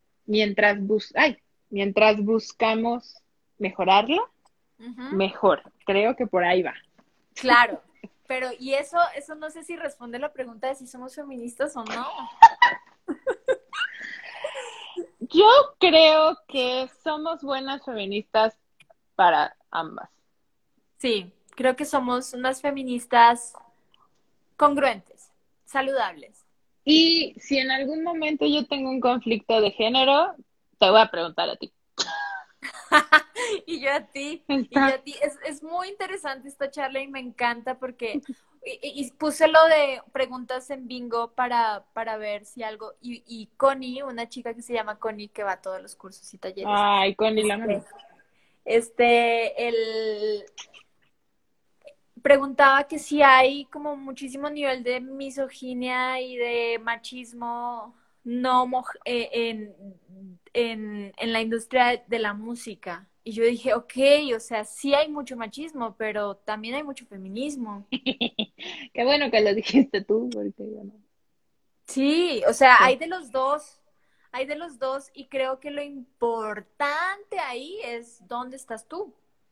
mientras buscamos mejorarla, Ujú. mejor. Creo que por ahí va. Claro. Pero, y eso no sé si responde la pregunta de si somos feministas o no. Yo creo que somos buenas feministas para ambas. Sí, creo que somos unas feministas congruentes, saludables. Y si en algún momento yo tengo un conflicto de género, te voy a preguntar a ti. Y yo a ti, y yo Está. a ti. Es muy interesante esta charla y me encanta porque y puse lo de preguntas en bingo para ver si algo. Y Connie, una chica que se llama Connie, que va a todos los cursos y talleres, Ay, Connie, la este, amamos. él preguntaba que si hay como muchísimo nivel de misoginia y de machismo no en la industria de la música. Y yo dije, ok, o sea, sí hay mucho machismo, pero también hay mucho feminismo. Qué bueno que lo dijiste tú, porque yo no. Sí, o sea, Sí. hay de los dos y creo que lo importante ahí es dónde estás tú,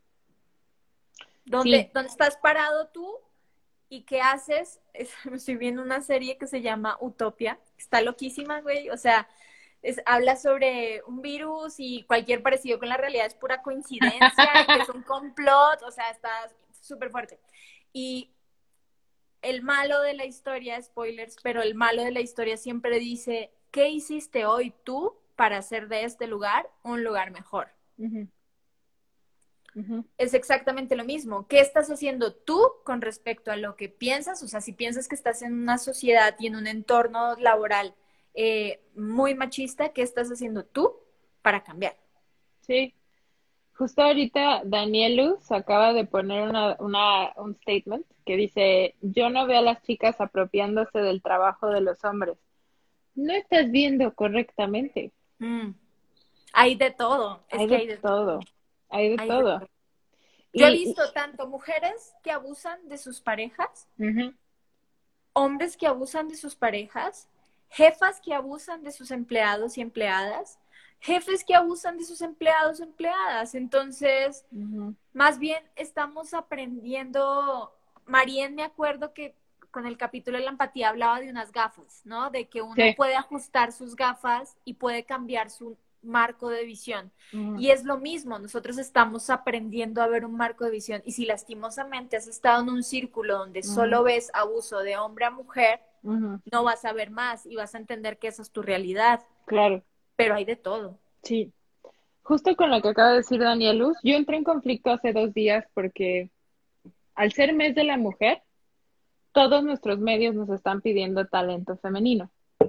Sí. dónde estás parado tú. ¿Y qué haces? Estoy viendo una serie que se llama Utopia. Está loquísima, güey. O sea, habla sobre un virus y cualquier parecido con la realidad es pura coincidencia y que es un complot. O sea, está súper fuerte. Y el malo de la historia, spoilers, pero el malo de la historia siempre dice, ¿qué hiciste hoy tú para hacer de este lugar un lugar mejor? Ujú. Ujú. es exactamente lo mismo. ¿Qué estás haciendo tú con respecto a lo que piensas? O sea, si piensas que estás en una sociedad y en un entorno laboral muy machista, ¿qué estás haciendo tú para cambiar? Sí, justo ahorita Danielus acaba de poner un statement que dice, yo no veo a las chicas apropiándose del trabajo de los hombres. No estás viendo correctamente. Mm. Hay de todo, es Hay que de hay de todo, todo, hay de hay de todo. todo. Yo he Y, visto tanto mujeres que abusan de sus parejas, ujú, hombres que abusan de sus parejas, jefas que abusan de sus empleados y empleadas, jefes que abusan de sus empleados o empleadas. Entonces, ujú, más bien estamos aprendiendo. Marien, me acuerdo que con el capítulo de la empatía hablaba de unas gafas, ¿no? De que uno sí, puede ajustar sus gafas y puede cambiar su marco de visión. ujú, Y es lo mismo, nosotros estamos aprendiendo a ver un marco de visión. Y si lastimosamente has estado en un círculo donde ujú, solo ves abuso de hombre a mujer, ujú, no vas a ver más y vas a entender que esa es tu realidad. claro, Pero hay de todo. sí. Justo con lo que acaba de decir Danielus, yo entré en conflicto hace 2 días porque al ser mes de la mujer, todos nuestros medios nos están pidiendo talento femenino.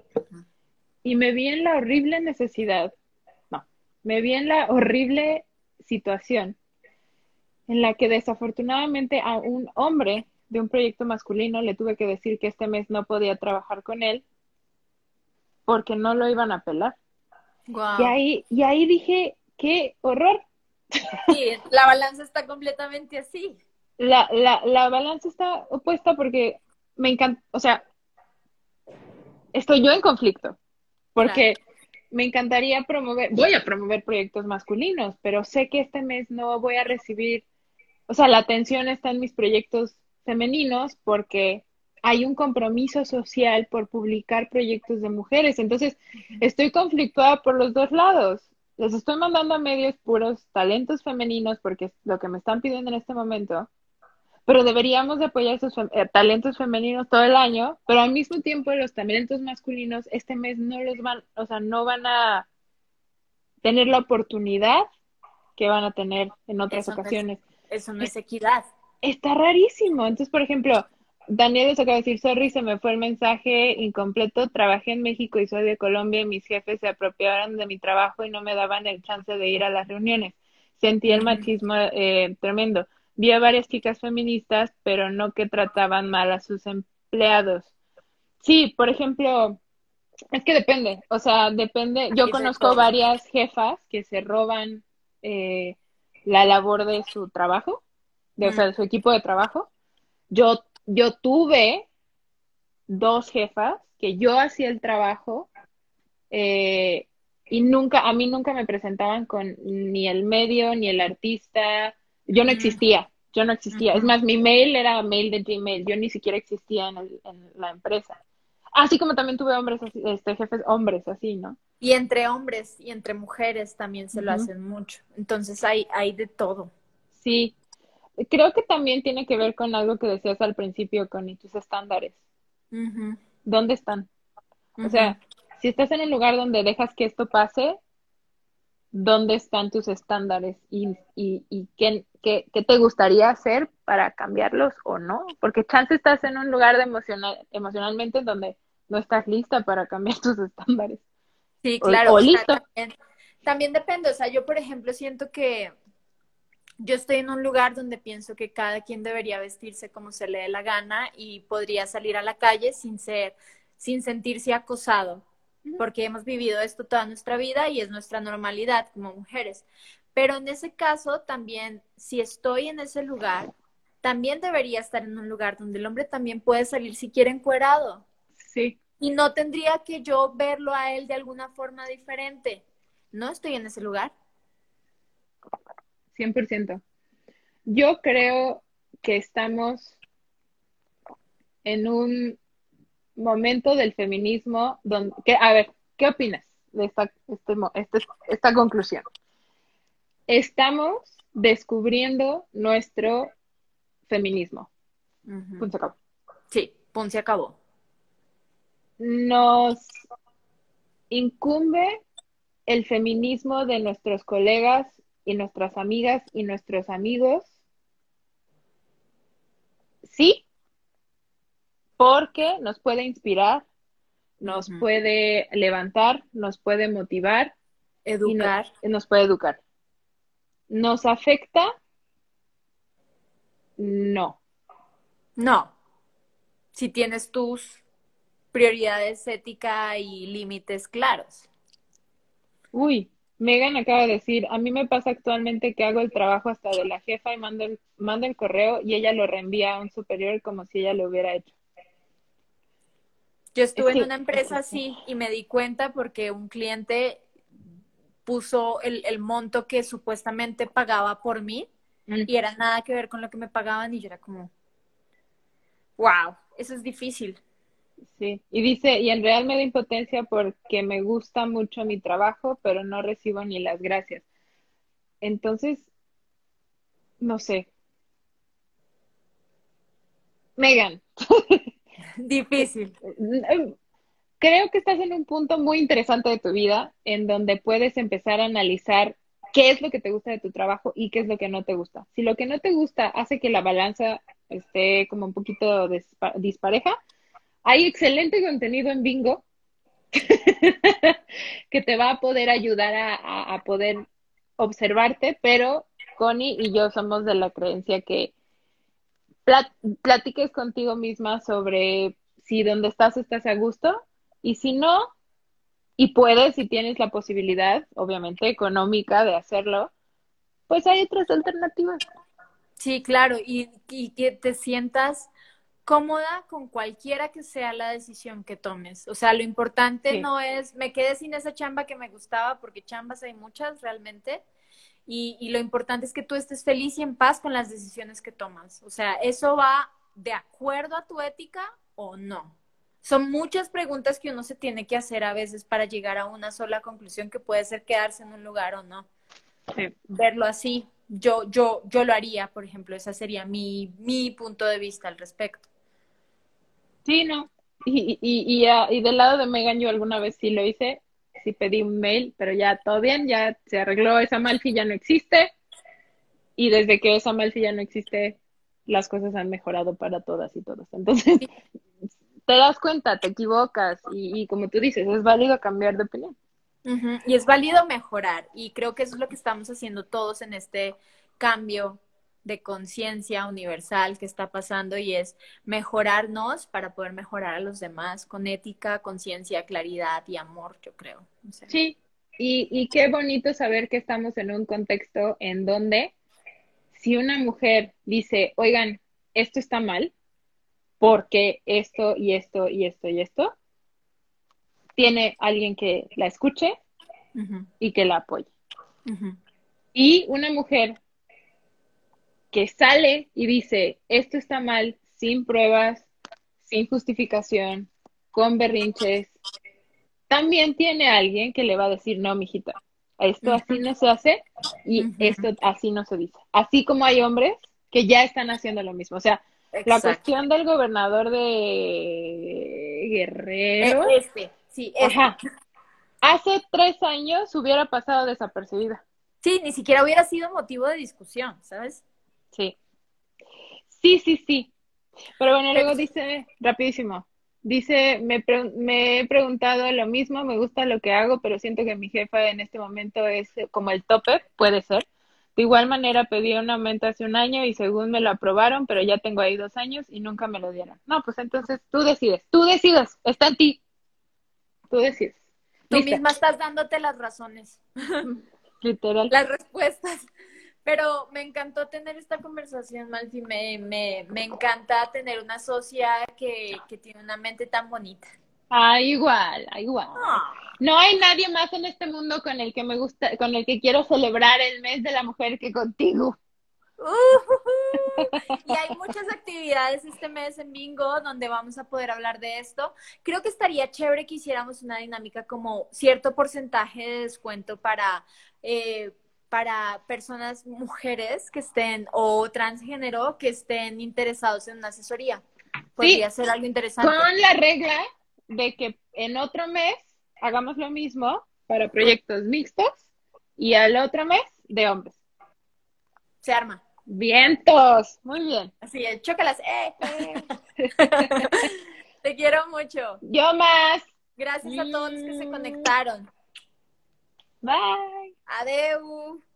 Y me vi en la horrible necesidad, no, me vi en la horrible situación en la que desafortunadamente a un hombre de un proyecto masculino le tuve que decir que este mes no podía trabajar con él porque no lo iban a pelar. Wow. Y ahí dije, qué horror. Sí, la balanza está completamente así. La balanza está opuesta porque me encanta, o sea, estoy yo en conflicto, Claro. porque me encantaría voy a promover proyectos masculinos, pero sé que este mes no voy a recibir, o sea, la atención está en mis proyectos femeninos porque hay un compromiso social por publicar proyectos de mujeres. Entonces, estoy conflictuada por los dos lados. Les estoy mandando a medios puros talentos femeninos porque es lo que me están pidiendo en este momento, pero deberíamos de apoyar esos talentos femeninos todo el año, pero al mismo tiempo los talentos masculinos este mes no los van, o sea, no van a tener la oportunidad que van a tener en otras Eso no es, ocasiones. eso no Es- es equidad. Está rarísimo. Entonces, por ejemplo, Daniel les acaba de decir, sorry, se me fue el mensaje incompleto, trabajé en México y soy de Colombia y mis jefes se apropiaron de mi trabajo y no me daban el chance de ir a las reuniones. Sentí el Ujú. machismo tremendo. Vi a varias chicas feministas, pero no que trataban mal a sus empleados. Sí, por ejemplo, es que depende, o sea, depende. Yo Hay de conozco todo. varias jefas que se roban eh, la labor de su trabajo, o sea, Mm, de su equipo de trabajo. Yo tuve 2 jefas que yo hacía el trabajo eh, y a mí nunca me presentaban con ni el medio ni el artista. mm, Yo no existía. Es ujú. más, mi mail era mail de Gmail, yo ni siquiera existía en la empresa. Así como también tuve hombres así, jefes hombres así, ¿no? Y entre hombres y entre mujeres también se lo Ujú. hacen mucho. Entonces hay de todo. Sí, creo que también tiene que ver con algo que decías al principio, con tus estándares. Ujú, ¿Dónde están? O ujú. sea, si estás en un lugar donde dejas que esto pase, ¿dónde están tus estándares? Y qué te gustaría hacer para cambiarlos o no? Porque chance estás en un lugar emocionalmente donde no estás lista para cambiar tus estándares. Sí, O claro. O sea, listo. también depende. O sea, yo, por ejemplo, siento que yo estoy en un lugar donde pienso que cada quien debería vestirse como se le dé la gana y podría salir a la calle sin sentirse acosado, porque hemos vivido esto toda nuestra vida y es nuestra normalidad como mujeres. Pero en ese caso, también, si estoy en ese lugar, también debería estar en un lugar donde el hombre también puede salir si quiere encuerado. Sí, Y no tendría que yo verlo a él de alguna forma diferente. No estoy en ese lugar. 100%. Yo creo que estamos en un momento del feminismo a ver, ¿qué opinas de esta conclusión? Estamos descubriendo nuestro feminismo. Ujú. Punto, se acabó. Sí, pum, se acabó. Nos incumbe el feminismo de nuestros colegas y nuestras amigas y nuestros amigos, sí, porque nos puede inspirar, nos puede levantar, nos puede motivar y Educar. nos puede educar. ¿Nos afecta? No. No, si tienes tus prioridades ética y límites claros. Uy, Megan acaba de decir, a mí me pasa actualmente que hago el trabajo hasta de la jefa y mando el correo y ella lo reenvía a un superior como si ella lo hubiera hecho. Yo Es estuve en que, una empresa así y me di cuenta porque un cliente puso el monto que supuestamente pagaba por mí y era nada que ver con lo que me pagaban y yo era como, wow, eso es difícil. sí, y dice, y en real me da impotencia porque me gusta mucho mi trabajo, pero no recibo ni las gracias. Entonces, no sé. Megan, Difícil. creo que estás en un punto muy interesante de tu vida en donde puedes empezar a analizar qué es lo que te gusta de tu trabajo y qué es lo que no te gusta. Si lo que no te gusta hace que la balanza esté como un poquito dispareja, hay excelente contenido en Bingo que te va a poder ayudar a poder observarte, pero Connie y yo somos de la creencia que platiques contigo misma sobre si donde estás a gusto y si no, y puedes, si tienes la posibilidad, obviamente económica de hacerlo, pues hay otras alternativas. Sí, claro, y que te sientas cómoda con cualquiera que sea la decisión que tomes. O sea, lo importante Sí, no es, me quedé sin esa chamba que me gustaba, porque chambas hay muchas realmente, y lo importante es que tú estés feliz y en paz con las decisiones que tomas. O sea, ¿eso va de acuerdo a tu ética o no? Son muchas preguntas que uno se tiene que hacer a veces para llegar a una sola conclusión que puede ser quedarse en un lugar o no. sí. Verlo así, yo lo haría, por ejemplo, ese sería mi punto de vista al respecto. Sí, no. Y del lado de Megan, yo alguna vez sí lo hice, sí pedí un mail, pero ya todo bien, ya se arregló, esa Malfi ya no existe, y desde que esa Malfi ya no existe, las cosas han mejorado para todas y todos. Entonces, te das cuenta, te equivocas, y como tú dices, es válido cambiar de opinión. Ujú. Y es válido mejorar, y creo que eso es lo que estamos haciendo todos en este cambio de conciencia universal que está pasando y es mejorarnos para poder mejorar a los demás con ética, conciencia, claridad y amor, yo creo. O sea, Sí, y qué bonito saber que estamos en un contexto en donde si una mujer dice, oigan, esto está mal, porque esto y esto y esto y esto, tiene alguien que la escuche ujú, y que la apoye. ujú, Y una mujer que sale y dice, esto está mal, sin pruebas, sin justificación, con berrinches, también tiene alguien que le va a decir, no, mijita, esto así no se hace y ujú. esto así no se dice. Así como hay hombres que ya están haciendo lo mismo. O sea, la Exacto. cuestión del gobernador de Guerrero, Sí, ajá, hace 3 años hubiera pasado desapercibida. Sí, ni siquiera hubiera sido motivo de discusión, ¿sabes? Sí, sí, sí, sí. Pero bueno, Pero luego dice, rapidísimo, dice, me he preguntado lo mismo, me gusta lo que hago, pero siento que mi jefa en este momento es como el tope, puede ser. De igual manera pedí un aumento hace un año y según me lo aprobaron, pero ya tengo ahí 2 años y nunca me lo dieron. No, pues entonces tú decides, está en ti, tú decides. tú Lista. misma estás dándote las razones, Literal. las respuestas. Pero me encantó tener esta conversación, Malfi. Me encanta tener una socia que tiene una mente tan bonita. Ah, igual, ah, igual. Ah. No hay nadie más en este mundo con el que me gusta, con el que quiero celebrar el mes de la mujer que contigo. Y hay muchas actividades este mes en Bingo donde vamos a poder hablar de esto. Creo que estaría chévere que hiciéramos una dinámica como cierto porcentaje de descuento para personas, mujeres que estén o transgénero que estén interesados en una asesoría. Sí, Podría ser algo con interesante. la regla de que en otro mes hagamos lo mismo para proyectos mixtos y al otro mes de hombres. Se arma. Vientos. Muy bien. Así, chócalas. Te quiero mucho. Yo más. Gracias a todos los que se conectaron. Bye. Adeu.